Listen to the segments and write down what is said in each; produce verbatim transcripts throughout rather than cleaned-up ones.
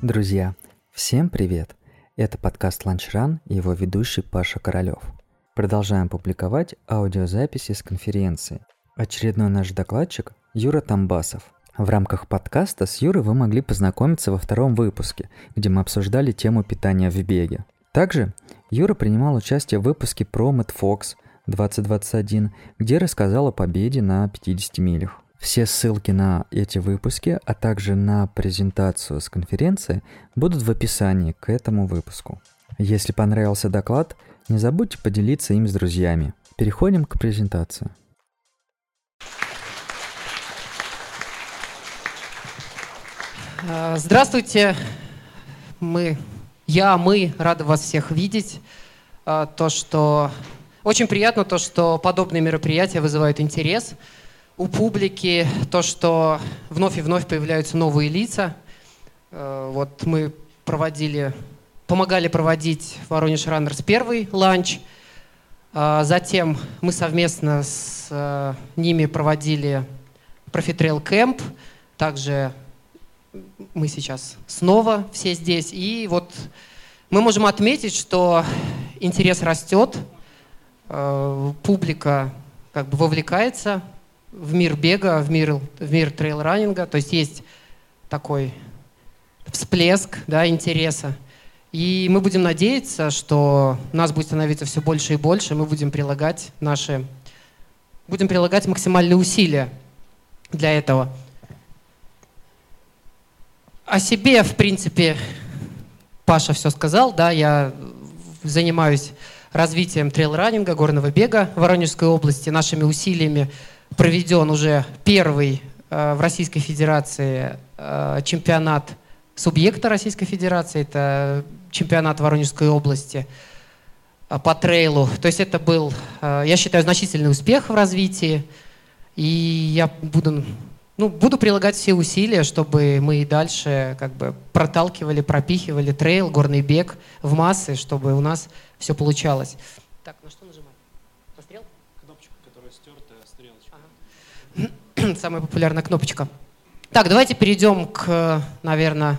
Друзья, всем привет! Это подкаст LunchRun и его ведущий Паша Королёв. Продолжаем публиковать аудиозаписи с конференции. Очередной наш докладчик Юра Тамбасов. В рамках подкаста с Юрой вы могли познакомиться во втором выпуске, где мы обсуждали тему питания в беге. Также Юра принимал участие в выпуске про Mad двадцать двадцать один, где рассказал о победе на пятидесяти милях. Все ссылки на эти выпуски, а также на презентацию с конференции будут в описании к этому выпуску. Если понравился доклад, не забудьте поделиться им с друзьями. Переходим к презентации. Здравствуйте. Мы, я, мы рады вас всех видеть. То, что очень приятно, то, что подобные мероприятия вызывают интерес у публики, то, что вновь и вновь появляются новые лица. Вот мы проводили, помогали проводить Воронеж Раннерс первый ланч. Затем мы совместно с ними проводили Профитрейл Кэмп. Также мы сейчас снова все здесь. И вот мы можем отметить, что интерес растет, публика как бы вовлекается в мир бега, в мир, в мир трейл-раннинга. То есть есть такой всплеск, да, интереса. И мы будем надеяться, что нас будет становиться все больше и больше. Мы будем прилагать наши, будем прилагать максимальные усилия для этого. О себе, в принципе, Паша все сказал. Да, я занимаюсь развитием трейл-раннинга, горного бега в Воронежской области. Нашими усилиями проведен уже первый э, в Российской Федерации э, чемпионат субъекта Российской Федерации. Это чемпионат Воронежской области э, по трейлу. То есть это был, э, я считаю, значительный успех в развитии. И я буду, ну, буду прилагать все усилия, чтобы мы и дальше как бы проталкивали, пропихивали трейл, горный бег в массы, чтобы у нас все получалось. Так, на что нажимать? На стрелку? Кнопочку, которая стертая, стрелочка. Ага. Самая популярная кнопочка. Так, давайте перейдем к, наверное,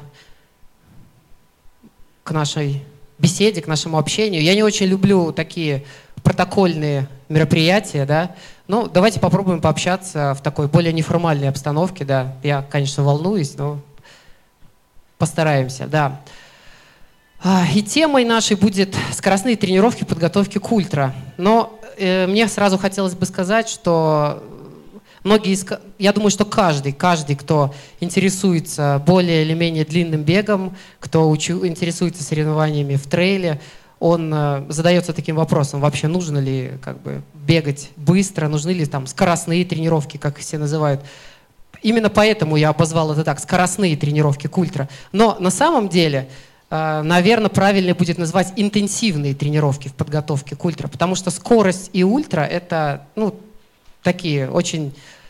к нашей беседе, к нашему общению. Я не очень люблю такие протокольные мероприятия, да. Ну, давайте попробуем пообщаться в такой более неформальной обстановке, да. Я, конечно, волнуюсь, но постараемся, да. И темой нашей будет скоростные тренировки подготовки к ультра. Но э, мне сразу хотелось бы сказать, что многие из, я думаю, что каждый, каждый, кто интересуется более или менее длинным бегом, кто учу, интересуется соревнованиями в трейле, он э, задается таким вопросом: вообще нужно ли как бы бегать быстро, нужны ли там скоростные тренировки, как их все называют. Именно поэтому я обозвал это так: скоростные тренировки к ультра. Но на самом деле, наверное, правильнее будет назвать интенсивные тренировки в подготовке к ультра, потому что скорость и ультра — это, ну, такие очень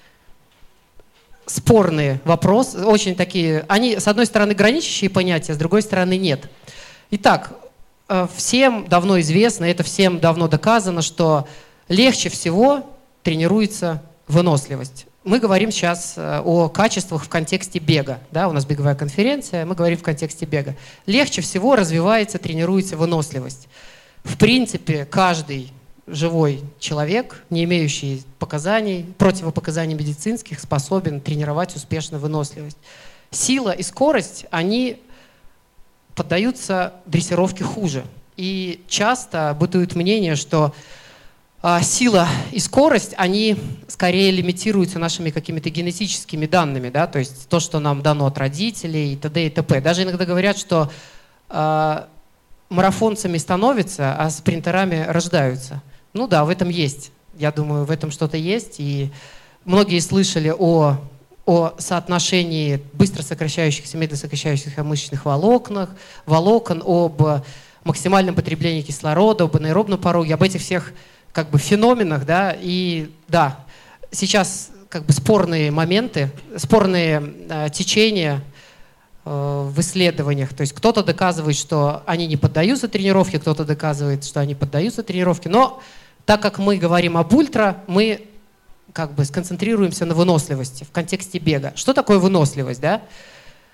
спорные вопросы, очень такие, они, с одной стороны, граничащие понятия, с другой стороны, нет. Итак, всем давно известно, это всем давно доказано, что легче всего тренируется выносливость. Мы говорим сейчас о качествах в контексте бега. Да, у нас беговая конференция, мы говорим в контексте бега. Легче всего развивается, тренируется выносливость. В принципе, каждый живой человек, не имеющий показаний, противопоказаний медицинских, способен тренировать успешно выносливость. Сила и скорость, они поддаются дрессировке хуже. И часто бытует мнение, что сила и скорость, они скорее лимитируются нашими какими-то генетическими данными, да, то есть то, что нам дано от родителей и т.д. и т.п. Даже иногда говорят, что э, марафонцами становятся, а спринтерами рождаются. Ну да, в этом есть, я думаю, в этом что-то есть. И многие слышали о, о соотношении быстро сокращающихся, медленно сокращающихся мышечных волокнах, волокон, об максимальном потреблении кислорода, об анаэробном пороге, об этих всех как бы феноменах, да, и да, сейчас как бы спорные моменты, спорные э, течения э, в исследованиях. То есть кто-то доказывает, что они не поддаются тренировке, кто-то доказывает, что они поддаются тренировке. Но так как мы говорим об ультра, мы как бы сконцентрируемся на выносливости в контексте бега. Что такое выносливость, да?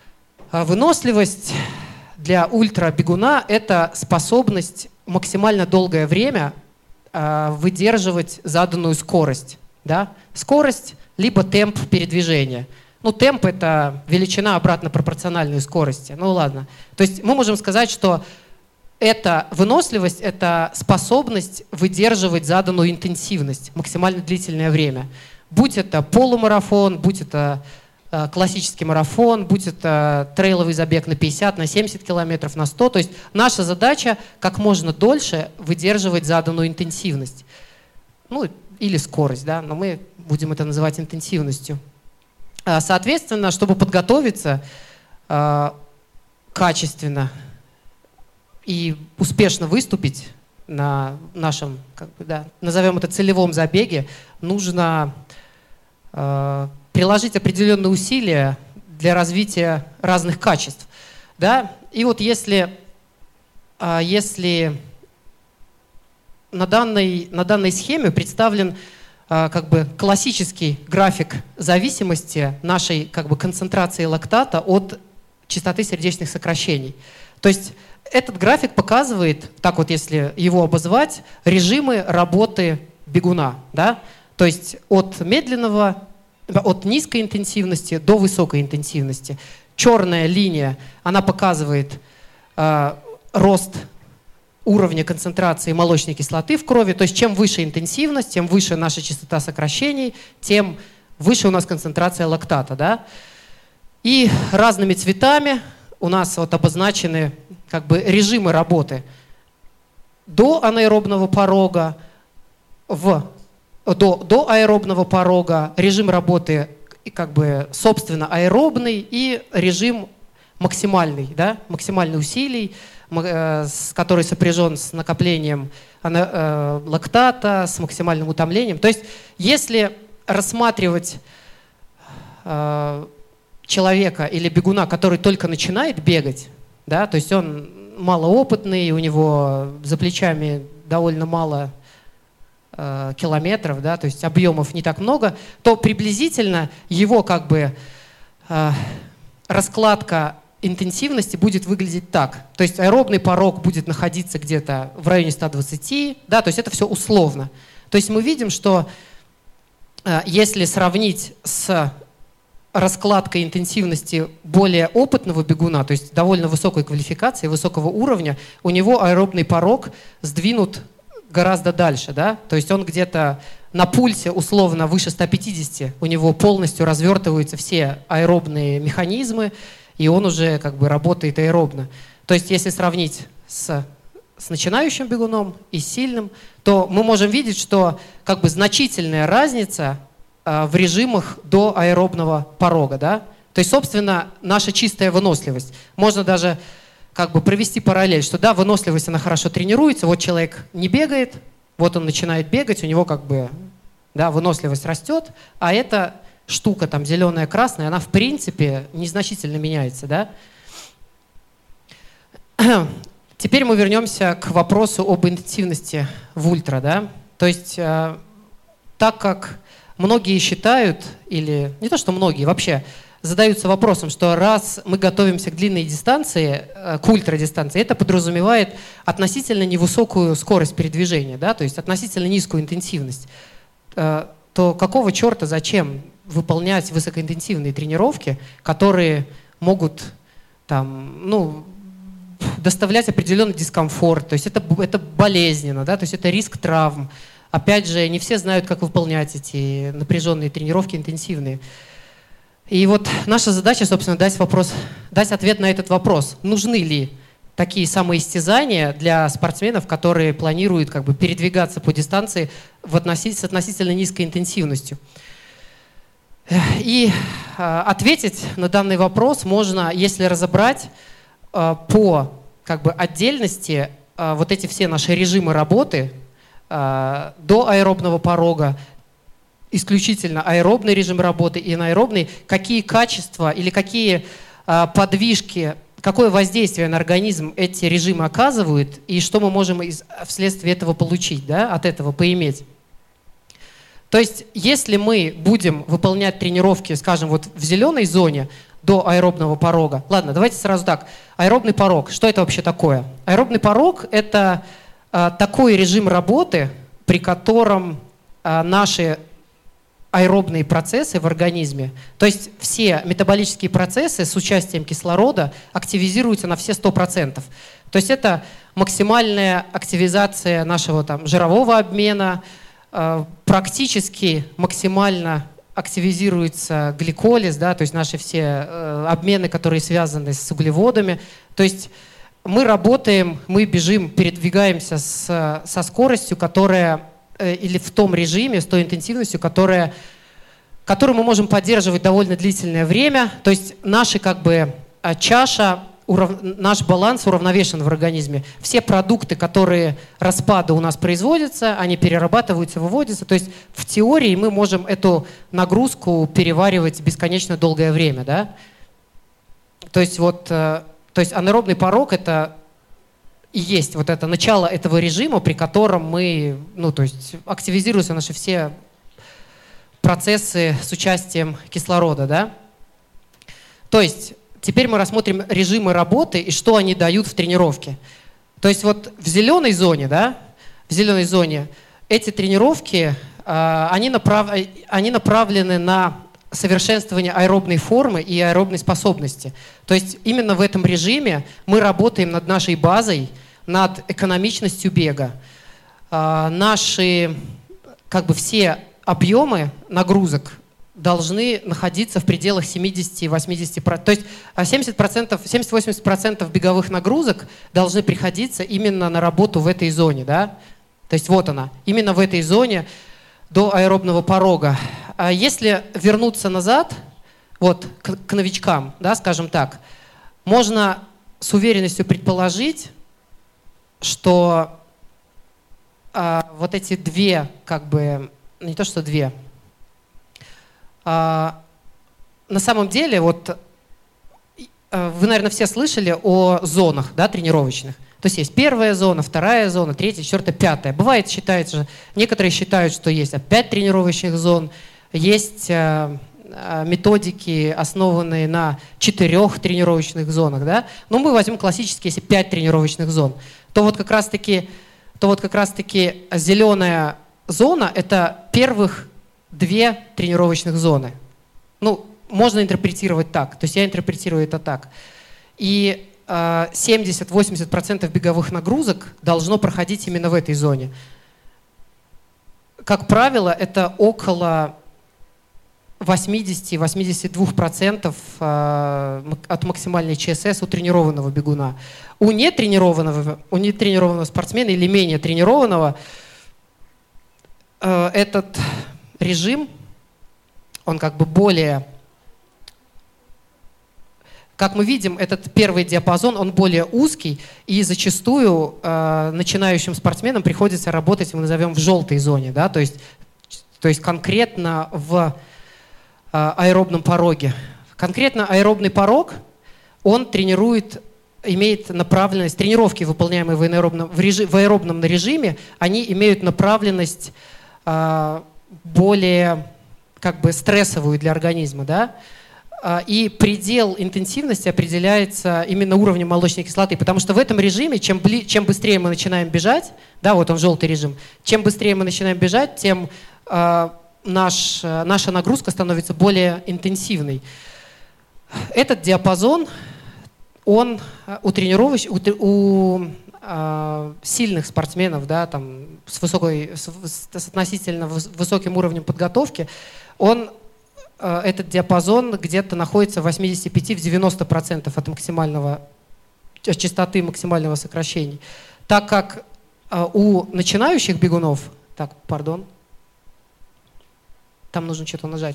Выносливость для ультрабегуна – это способность максимально долгое время выдерживать заданную скорость. Да? Скорость либо темп передвижения. Ну, темп – это величина обратно пропорциональной скорости. Ну, ладно. То есть мы можем сказать, что эта выносливость – это способность выдерживать заданную интенсивность максимально длительное время. Будь это полумарафон, будь это э, классический марафон, будь это трейловый забег на пятьдесят, на семьдесят километров, на сто. То есть наша задача как можно дольше выдерживать заданную интенсивность. Ну, или скорость, да, но мы будем это называть интенсивностью. Соответственно, чтобы подготовиться э, качественно и успешно выступить на нашем, как бы, да, назовем это целевом забеге, нужно э, приложить определенные усилия для развития разных качеств. Да? И вот если, э, если на, данной, на данной схеме представлен э, как бы классический график зависимости нашей как бы, концентрации лактата от частоты сердечных сокращений. То есть этот график показывает, так вот если его обозвать, режимы работы бегуна. Да? То есть от медленного, от низкой интенсивности до высокой интенсивности. Черная линия, она показывает э, рост уровня концентрации молочной кислоты в крови. То есть чем выше интенсивность, тем выше наша частота сокращений, тем выше у нас концентрация лактата. Да? И разными цветами у нас вот обозначены как бы режимы работы до анаэробного порога, в, до, до аэробного порога, режим работы как бы собственно аэробный и режим максимальный, да, максимальный усилий, э, с, который сопряжен с накоплением ана, э, лактата, с максимальным утомлением. То есть если рассматривать э, человека или бегуна, который только начинает бегать, да, то есть он малоопытный, у него за плечами довольно мало э, километров, да, то есть объемов не так много, то приблизительно его как бы э, раскладка интенсивности будет выглядеть так. То есть аэробный порог будет находиться где-то в районе ста двадцати, да, то есть это все условно. То есть мы видим, что э, если сравнить с раскладка интенсивности более опытного бегуна, то есть довольно высокой квалификации, высокого уровня, у него аэробный порог сдвинут гораздо дальше. Да? То есть он где-то на пульсе условно выше ста пятидесяти, у него полностью развертываются все аэробные механизмы, и он уже как бы работает аэробно. То есть если сравнить с, с начинающим бегуном и с сильным, то мы можем видеть, что как бы значительная разница в режимах до аэробного порога. Да? То есть, собственно, наша чистая выносливость. Можно даже как бы провести параллель, что да, выносливость, она хорошо тренируется, вот человек не бегает, вот он начинает бегать, у него как бы да, выносливость растет, а эта штука там зеленая, красная, она в принципе незначительно меняется. Да? Теперь мы вернемся к вопросу об интенсивности в ультра. Да? То есть, э, так как многие считают, или не то, что многие, вообще задаются вопросом, что раз мы готовимся к длинной дистанции, к ультрадистанции, это подразумевает относительно невысокую скорость передвижения, да, то есть относительно низкую интенсивность, то какого черта, зачем выполнять высокоинтенсивные тренировки, которые могут там, ну, доставлять определенный дискомфорт, то есть это, это болезненно, да, то есть это риск травм. Опять же, не все знают, как выполнять эти напряженные тренировки, интенсивные. И вот наша задача, собственно, дать, вопрос, дать ответ на этот вопрос. Нужны ли такие самоистязания для спортсменов, которые планируют как бы, передвигаться по дистанции в относи- с относительно низкой интенсивностью? И э, ответить на данный вопрос можно, если разобрать э, по как бы, отдельности э, вот эти все наши режимы работы, до аэробного порога, исключительно аэробный режим работы и анаэробный, какие качества или какие подвижки, какое воздействие на организм эти режимы оказывают и что мы можем из, вследствие этого получить, да, от этого поиметь. То есть, если мы будем выполнять тренировки, скажем, вот в зеленой зоне, до аэробного порога. Ладно, давайте сразу так. Аэробный порог. Что это вообще такое? Аэробный порог – это а, такой режим работы, при котором а, наши аэробные процессы в организме, то есть все метаболические процессы с участием кислорода активизируются на все сто процентов. То есть это максимальная активизация нашего там, жирового обмена, э, практически максимально активизируется гликолиз, да, то есть наши все э, обмены, которые связаны с углеводами. То есть мы работаем, мы бежим, передвигаемся с, со скоростью, которая э, или в том режиме, с той интенсивностью, которая, которую мы можем поддерживать довольно длительное время. То есть наша как бы чаша, урав... наш баланс уравновешен в организме. Все продукты, которые распада у нас производятся, они перерабатываются, выводятся. То есть в теории мы можем эту нагрузку переваривать бесконечно долгое время, да? То есть вот, то есть анаэробный порог — это и есть вот это начало этого режима, при котором мы, ну то есть активизируются наши все процессы с участием кислорода, да? То есть теперь мы рассмотрим режимы работы и что они дают в тренировке. То есть вот в зеленой зоне, да, в зеленой зоне эти тренировки, э, они, направ... они направлены на совершенствование аэробной формы и аэробной способности. То есть именно в этом режиме мы работаем над нашей базой, над экономичностью бега. Э, наши, как бы все объемы нагрузок должны находиться в пределах семьдесят-восемьдесят процентов. То есть семьдесят процентов, семьдесят-восемьдесят процентов беговых нагрузок должны приходиться именно на работу в этой зоне. Да? То есть вот она, именно в этой зоне до аэробного порога. А если вернуться назад, вот, к, к новичкам, да, скажем так, можно с уверенностью предположить, что а, вот эти две, как бы, не то что две, А, на самом деле, вот вы, наверное, все слышали о зонах, да, тренировочных. То есть есть первая зона, вторая зона, третья, четвертая, пятая. Бывает, считается, некоторые считают, что есть пять тренировочных зон, есть а, а, методики, основанные на четырех тренировочных зонах, да. Но мы возьмем классические, если пять тренировочных зон, то вот как раз-таки, то вот как раз-таки зеленая зона – это первых две тренировочных зоны. Ну, можно интерпретировать так. То есть я интерпретирую это так. И э, семьдесят-восемьдесят процентов беговых нагрузок должно проходить именно в этой зоне. Как правило, это около восемьдесят-восемьдесят два процента э, от максимальной ЧСС у тренированного бегуна. У нетренированного, у нетренированного спортсмена или менее тренированного э, этот режим, он как бы более, как мы видим, этот первый диапазон, он более узкий, и зачастую э, начинающим спортсменам приходится работать, мы назовем, в желтой зоне, да, то есть, то есть конкретно в э, аэробном пороге. Конкретно аэробный порог, он тренирует, имеет направленность, тренировки, выполняемые в аэробном, в режи, в аэробном режиме, они имеют направленность э, более как бы стрессовую для организма, да? И предел интенсивности определяется именно уровнем молочной кислоты, потому что в этом режиме, чем, бли, чем быстрее мы начинаем бежать, да, вот он желтый режим, чем быстрее мы начинаем бежать, тем э, наш, наша нагрузка становится более интенсивной. Этот диапазон, он у тренировочных, у, у э, сильных спортсменов, да, там, с, высокой, с, с относительно высоким уровнем подготовки, он, э, этот диапазон где-то находится в восьмидесяти пяти — девяноста процентах от максимального, от частоты максимального сокращения. Так как э, у начинающих бегунов, так, пардон, там нужно что-то нажать.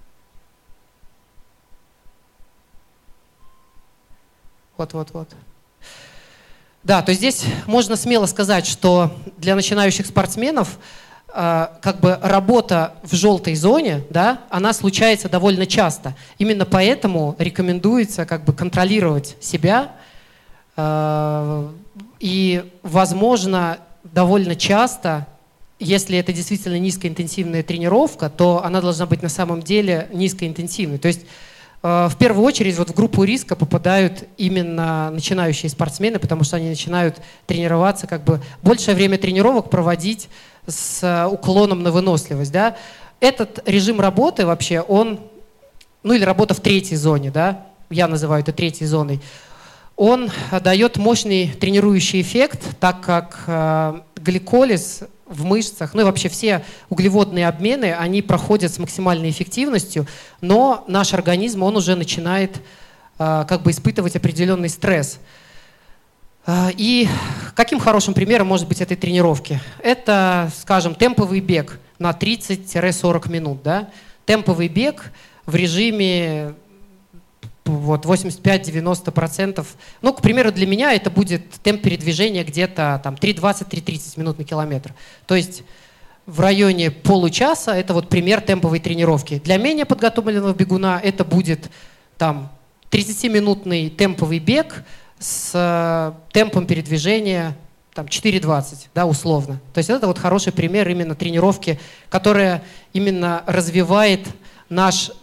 Вот-вот-вот. Да, то есть здесь можно смело сказать, что для начинающих спортсменов э, как бы работа в желтой зоне, да, она случается довольно часто. Именно поэтому рекомендуется как бы контролировать себя э, и, возможно, довольно часто, если это действительно низкоинтенсивная тренировка, то она должна быть на самом деле низкоинтенсивной. То есть В первую очередь вот в группу риска попадают именно начинающие спортсмены, потому что они начинают тренироваться, как бы большее время тренировок проводить с уклоном на выносливость. Да? Этот режим работы вообще, он, ну или работа в третьей зоне, да? Я называю это третьей зоной, он дает мощный тренирующий эффект, так как э, гликолиз в мышцах, ну и вообще все углеводные обмены, они проходят с максимальной эффективностью, но наш организм, он уже начинает э, как бы испытывать определенный стресс. Э, и каким хорошим примером может быть этой тренировки? Это, скажем, темповый бег на тридцать-сорок минут. Да? Темповый бег в режиме вот, восемьдесят пять - девяносто процентов. Ну, к примеру, для меня это будет темп передвижения где-то там три двадцать - три тридцать минут на километр. То есть в районе получаса это вот пример темповой тренировки. Для менее подготовленного бегуна это будет там тридцатиминутный темповый бег с э, темпом передвижения там четыре двадцать, да, условно. То есть это вот хороший пример именно тренировки, которая именно развивает наш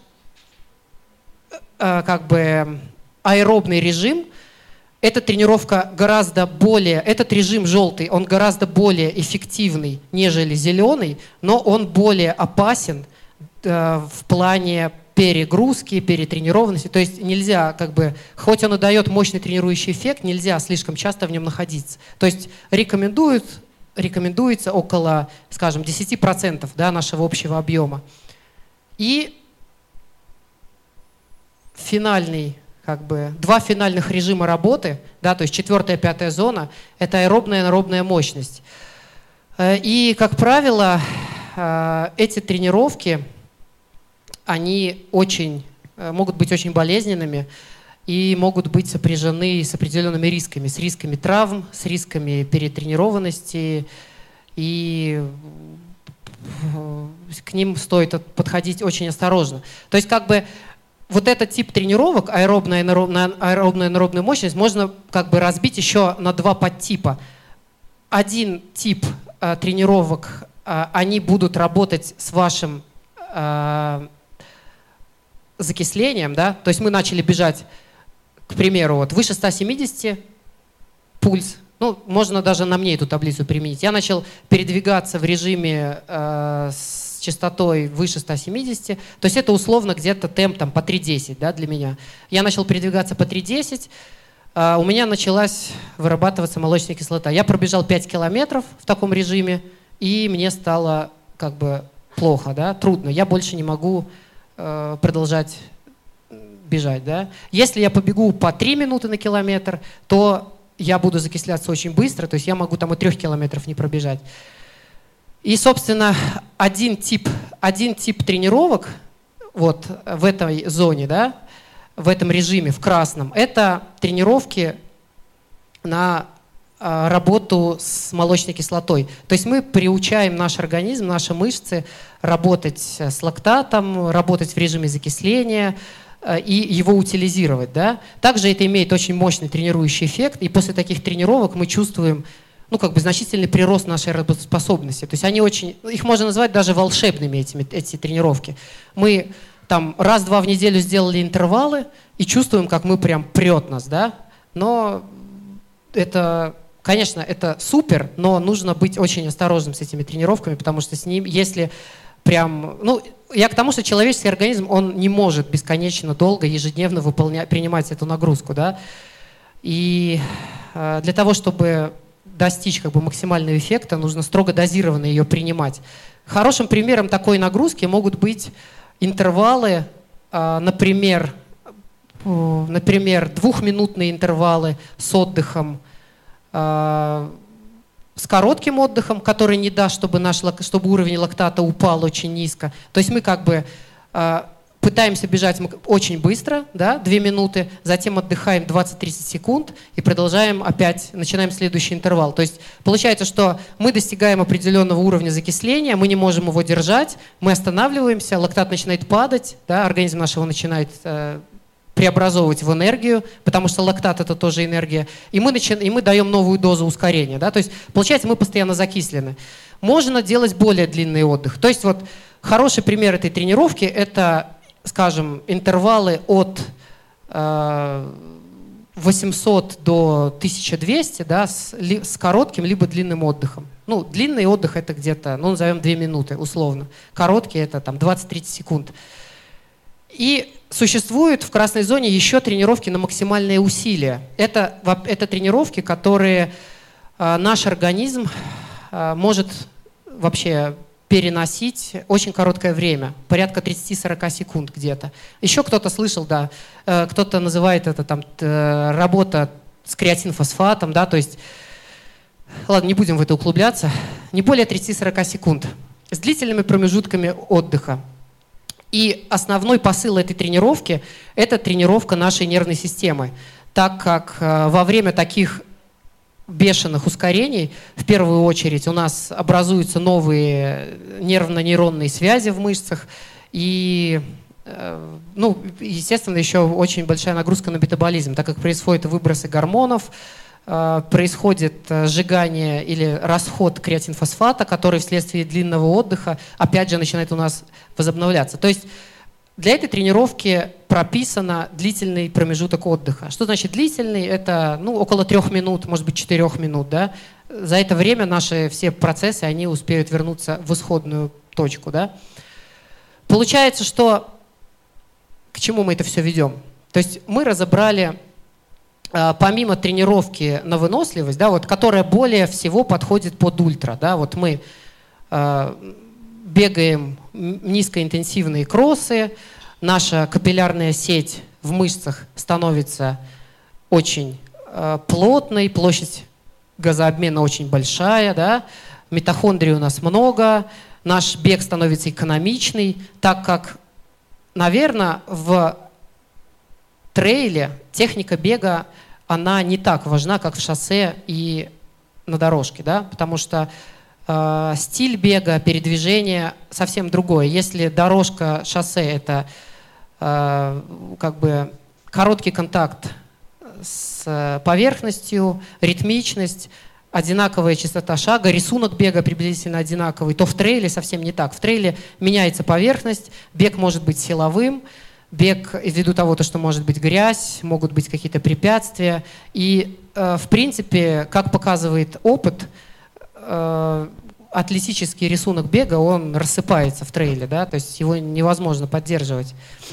как бы аэробный режим. Эта тренировка гораздо более, этот режим желтый, он гораздо более эффективный, нежели зеленый, но он более опасен э, в плане перегрузки, перетренированности. То есть нельзя, как бы, хоть он и дает мощный тренирующий эффект, нельзя слишком часто в нем находиться. То есть рекомендуют, рекомендуется около, скажем, десять процентов, да, нашего общего объема. И финальный, как бы, два финальных режима работы, да, то есть четвертая, пятая зона, это аэробная и аэробная мощность. И, как правило, эти тренировки, они очень, могут быть очень болезненными и могут быть сопряжены с определенными рисками, с рисками травм, с рисками перетренированности, и к ним стоит подходить очень осторожно. То есть, как бы, вот этот тип тренировок, аэробная и аэробная мощность, можно как бы разбить еще на два подтипа. Один тип э, тренировок, э, они будут работать с вашим э, закислением, да? То есть мы начали бежать, к примеру, вот выше ста семидесяти пульс. Ну, можно даже на мне эту таблицу применить. Я начал передвигаться в режиме э, с частотой выше ста семидесяти. То есть это условно где-то темп там, по три десять, да, для меня. Я начал передвигаться по три десять. Э, у меня началась вырабатываться молочная кислота. Я пробежал пять километров в таком режиме, и мне стало как бы плохо, да, трудно. Я больше не могу э, продолжать бежать. Да. Если я побегу по три минуты на километр, то я буду закисляться очень быстро, то есть я могу там и трех километров не пробежать. И, собственно, один тип, один тип тренировок вот в этой зоне, да, в этом режиме, в красном, это тренировки на э, работу с молочной кислотой. То есть мы приучаем наш организм, наши мышцы работать с лактатом, работать в режиме закисления, и его утилизировать. Да? Также это имеет очень мощный тренирующий эффект, и после таких тренировок мы чувствуем, ну, как бы значительный прирост нашей работоспособности. То есть они очень, их можно назвать даже волшебными, этими, эти тренировки. Мы там раз-два в неделю сделали интервалы и чувствуем, как мы прям прет нас, да? Но это, конечно, это супер, но нужно быть очень осторожным с этими тренировками, потому что с ним, если прям, ну, я к тому, что человеческий организм, он не может бесконечно долго, ежедневно выполнять, принимать эту нагрузку, да, и э, для того, чтобы достичь как бы максимального эффекта, нужно строго дозированно ее принимать. Хорошим примером такой нагрузки могут быть интервалы, э, например, э, например, двухминутные интервалы с отдыхом, э, с коротким отдыхом, который не даст, чтобы, наш, чтобы уровень лактата упал очень низко. То есть мы как бы э, пытаемся бежать очень быстро, да, две минуты, затем отдыхаем двадцать-тридцать секунд и продолжаем опять, начинаем следующий интервал. То есть получается, что мы достигаем определенного уровня закисления, мы не можем его держать, мы останавливаемся, лактат начинает падать, да, организм нашего начинает э, преобразовывать в энергию, потому что лактат — это тоже энергия, и мы, начи... и мы даем новую дозу ускорения. Да? То есть, получается, мы постоянно закислены. Можно делать более длинный отдых. То есть, вот, хороший пример этой тренировки — это скажем, интервалы от э, восьмисот до тысячи двухсот, да, с, ли, с коротким либо длинным отдыхом. Ну, длинный отдых это где-то, ну, назовем две минуты условно. Короткий это там двадцать-тридцать секунд. И существуют в красной зоне еще тренировки на максимальные усилия. Это, это тренировки, которые э, наш организм э, может вообще переносить очень короткое время, порядка тридцать-сорок секунд где-то. Еще кто-то слышал, да, э, кто-то называет это там э, работа с креатинфосфатом, да, то есть, ладно, не будем в это углубляться, не более тридцати-сорока секунд с длительными промежутками отдыха. И основной посыл этой тренировки – это тренировка нашей нервной системы, так как э, во время таких бешеных ускорений, в первую очередь, у нас образуются новые нервно-нейронные связи в мышцах, и, э, ну, естественно, еще очень большая нагрузка на метаболизм, так как происходят выбросы гормонов, э, происходит сжигание или расход креатинфосфата, который вследствие длинного отдыха опять же начинает у нас возобновляться. То есть для этой тренировки прописано длительный промежуток отдыха. Что значит длительный? Это, ну, около трех минут, может быть, четырех минут. Да? За это время наши все процессы, они успеют вернуться в исходную точку. Да? Получается, что к чему мы это все ведем? То есть мы разобрали, помимо тренировки на выносливость, да, вот, которая более всего подходит под ультра. Да? Вот мы бегаем низкоинтенсивные кроссы, наша капиллярная сеть в мышцах становится очень э, плотной, площадь газообмена очень большая, да? Митохондрий у нас много, наш бег становится экономичный, так как, наверное, в трейле техника бега, она не так важна, как в шоссе и на дорожке, да? Потому что стиль бега, передвижения совсем другой. Если дорожка, шоссе – это э, как бы короткий контакт с поверхностью, ритмичность, одинаковая частота шага, рисунок бега приблизительно одинаковый, то в трейле совсем не так. В трейле меняется поверхность, бег может быть силовым, бег ввиду того, что может быть грязь, могут быть какие-то препятствия. И, э, в принципе, как показывает опыт, атлетический рисунок бега, он рассыпается в трейле, да, то есть его невозможно поддерживать.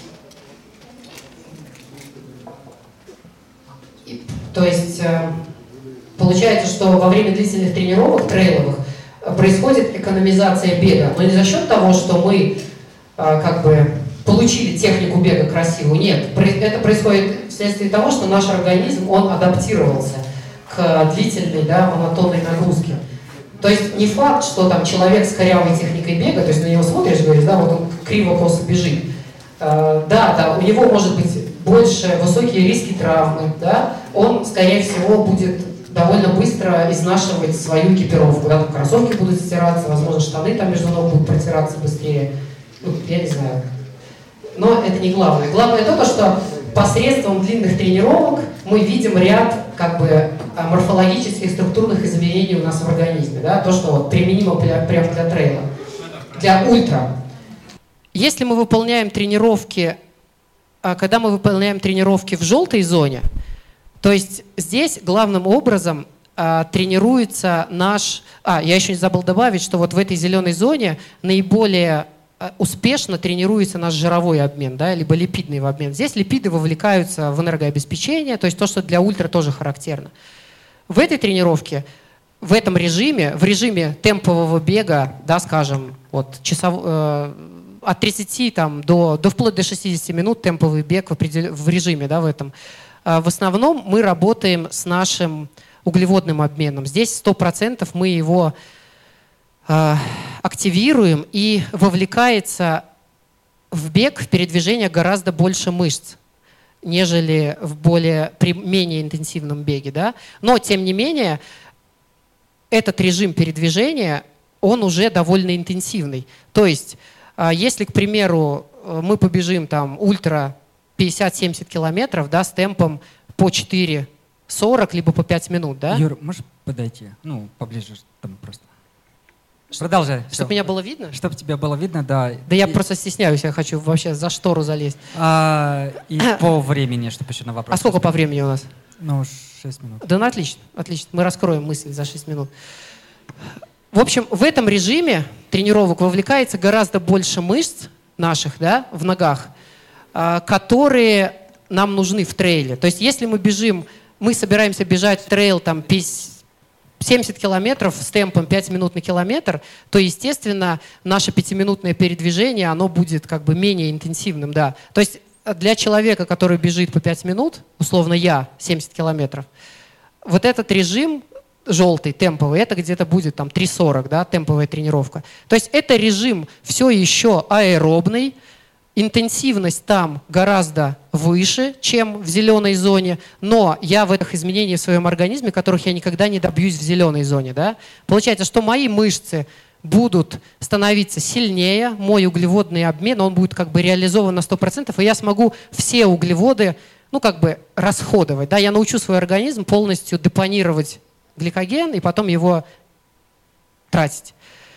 То есть получается, что во время длительных тренировок трейловых происходит экономизация бега, но не за счет того, что мы как бы получили технику бега красивую, нет, это происходит вследствие того, что наш организм, он адаптировался к длительной, да, монотонной нагрузке. То есть не факт, что там человек с корявой техникой бега, то есть на него смотришь, говоришь, да, вот он криво-косо бежит. Э, да, да, у него может быть больше высокие риски травмы, да, он, скорее всего, будет довольно быстро изнашивать свою экипировку, да, там кроссовки будут стираться, возможно, штаны там между ног будут протираться быстрее, ну, я не знаю. Но это не главное. Главное то, что посредством длинных тренировок мы видим ряд как бы морфологических, структурных изменений у нас в организме. Да? То, что вот, применимо прямо для трейла, для ультра. Если мы выполняем тренировки, когда мы выполняем тренировки в желтой зоне, то есть здесь главным образом тренируется наш... А, я еще не забыл добавить, что вот в этой зеленой зоне наиболее успешно тренируется наш жировой обмен, да, либо липидный обмен. Здесь липиды вовлекаются в энергообеспечение, то есть то, что для ультра тоже характерно. В этой тренировке, в этом режиме, в режиме темпового бега, да, скажем, вот, часов, э, от тридцати там, до, до вплоть до шестидесяти минут темповый бег в, определ... в режиме, да, в этом, э, в основном мы работаем с нашим углеводным обменом. Здесь сто процентов мы его активируем, и вовлекается в бег, в передвижение гораздо больше мышц, нежели в более, при менее интенсивном беге. Да? Но, тем не менее, этот режим передвижения, он уже довольно интенсивный. То есть, если, к примеру, мы побежим там ультра пятьдесят-семьдесят километров, да, с темпом по четыре сорок, либо по пять минут, да? Юр, можешь подойти? Ну, поближе там просто. Продолжай. Чтобы меня было видно? Чтобы тебя было видно, да. Да я и, просто стесняюсь, я хочу вообще за штору залезть. А, и по времени, чтобы еще на вопрос. А сколько по времени у нас? Ну, шесть минут. Да, ну отлично, отлично. Мы раскроем мысль за шесть минут. В общем, в этом режиме тренировок вовлекается гораздо больше мышц наших, да, в ногах, которые нам нужны в трейле. То есть если мы бежим, мы собираемся бежать в трейл там семьдесят километров с темпом пять минут на километр, то, естественно, наше пятиминутное передвижение, оно будет как бы менее интенсивным, да. То есть для человека, который бежит по пять минут, условно я, семьдесят километров, вот этот режим желтый, темповый, это где-то будет там три сорок, да, темповая тренировка. То есть это режим все еще аэробный, интенсивность там гораздо выше, чем в зеленой зоне, но я в этих изменениях в своем организме, которых я никогда не добьюсь в зеленой зоне. Да? Получается, что мои мышцы будут становиться сильнее, мой углеводный обмен, он будет как бы реализован на сто процентов, и я смогу все углеводы, ну, как бы расходовать. Да? Я научу свой организм полностью депонировать гликоген и потом его тратить.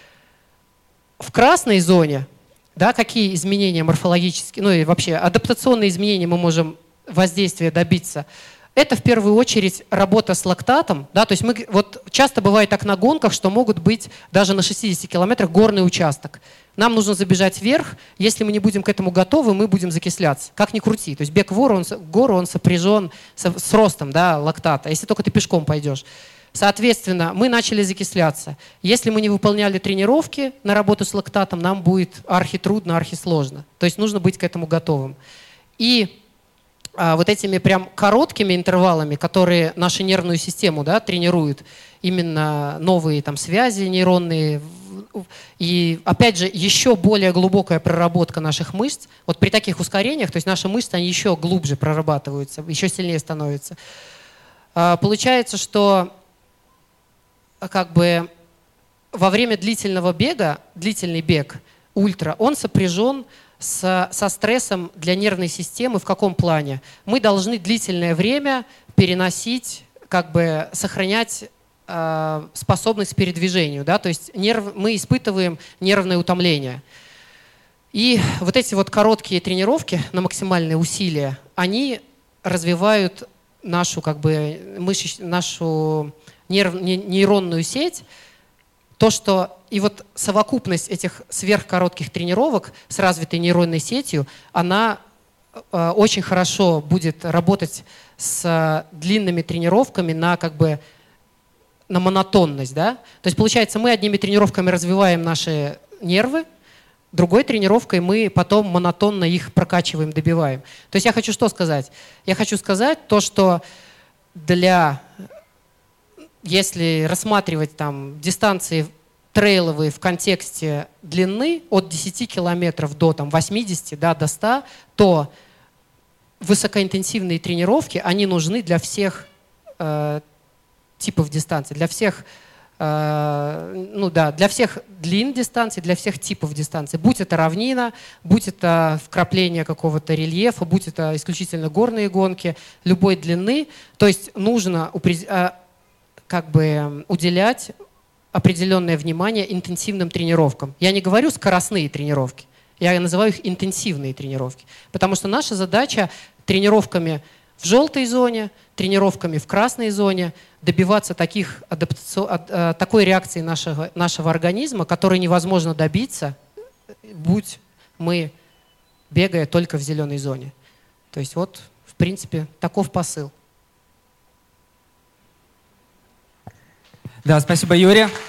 В красной зоне, да, какие изменения морфологические, ну и вообще адаптационные изменения мы можем воздействия добиться? Это в первую очередь работа с лактатом. Да, то есть мы, вот часто бывает так на гонках, что могут быть даже на шестидесяти километрах горный участок. Нам нужно забежать вверх. Если мы не будем к этому готовы, мы будем закисляться. Как ни крути. То есть бег в гору, он, гору, он сопряжен с, с ростом, да, лактата, если только ты пешком пойдешь. Соответственно, мы начали закисляться. Если мы не выполняли тренировки на работу с лактатом, нам будет архитрудно, архисложно. То есть нужно быть к этому готовым. И а, вот этими прям короткими интервалами, которые нашу нервную систему, да, тренируют, именно новые там связи нейронные, и опять же еще более глубокая проработка наших мышц. Вот при таких ускорениях, то есть наши мышцы, они еще глубже прорабатываются, еще сильнее становятся. А, получается, что как бы во время длительного бега, длительный бег, ультра, он сопряжен с, со стрессом для нервной системы. В каком плане? Мы должны длительное время переносить, как бы сохранять э, способность к передвижению. Да? То есть нерв, мы испытываем нервное утомление. И вот эти вот короткие тренировки на максимальные усилия, они развивают нашу, как бы, мышечную, нашу нерв, нейронную сеть. То, что и вот совокупность этих сверхкоротких тренировок с развитой нейронной сетью, она э, очень хорошо будет работать с э, длинными тренировками на, как бы, на монотонность. Да? То есть получается, мы одними тренировками развиваем наши нервы, другой тренировкой мы потом монотонно их прокачиваем, добиваем. То есть я хочу что сказать? Я хочу сказать то, что для, если рассматривать там дистанции трейловые в контексте длины от десяти километров до там, восьмидесяти, да, до ста, то высокоинтенсивные тренировки, они нужны для всех э, типов дистанций, для всех ну да, для всех длин дистанций, для всех типов дистанций. Будь это равнина, будь это вкрапление какого-то рельефа, будь это исключительно горные гонки, любой длины. То есть нужно как бы уделять определенное внимание интенсивным тренировкам. Я не говорю скоростные тренировки, я называю их интенсивные тренировки. Потому что наша задача тренировками в желтой зоне, тренировками в красной зоне добиваться таких адаптаци... такой реакции нашего, нашего организма, которой невозможно добиться, будь мы бегая только в зеленой зоне. То есть вот, в принципе, таков посыл. Да, спасибо, Юрий.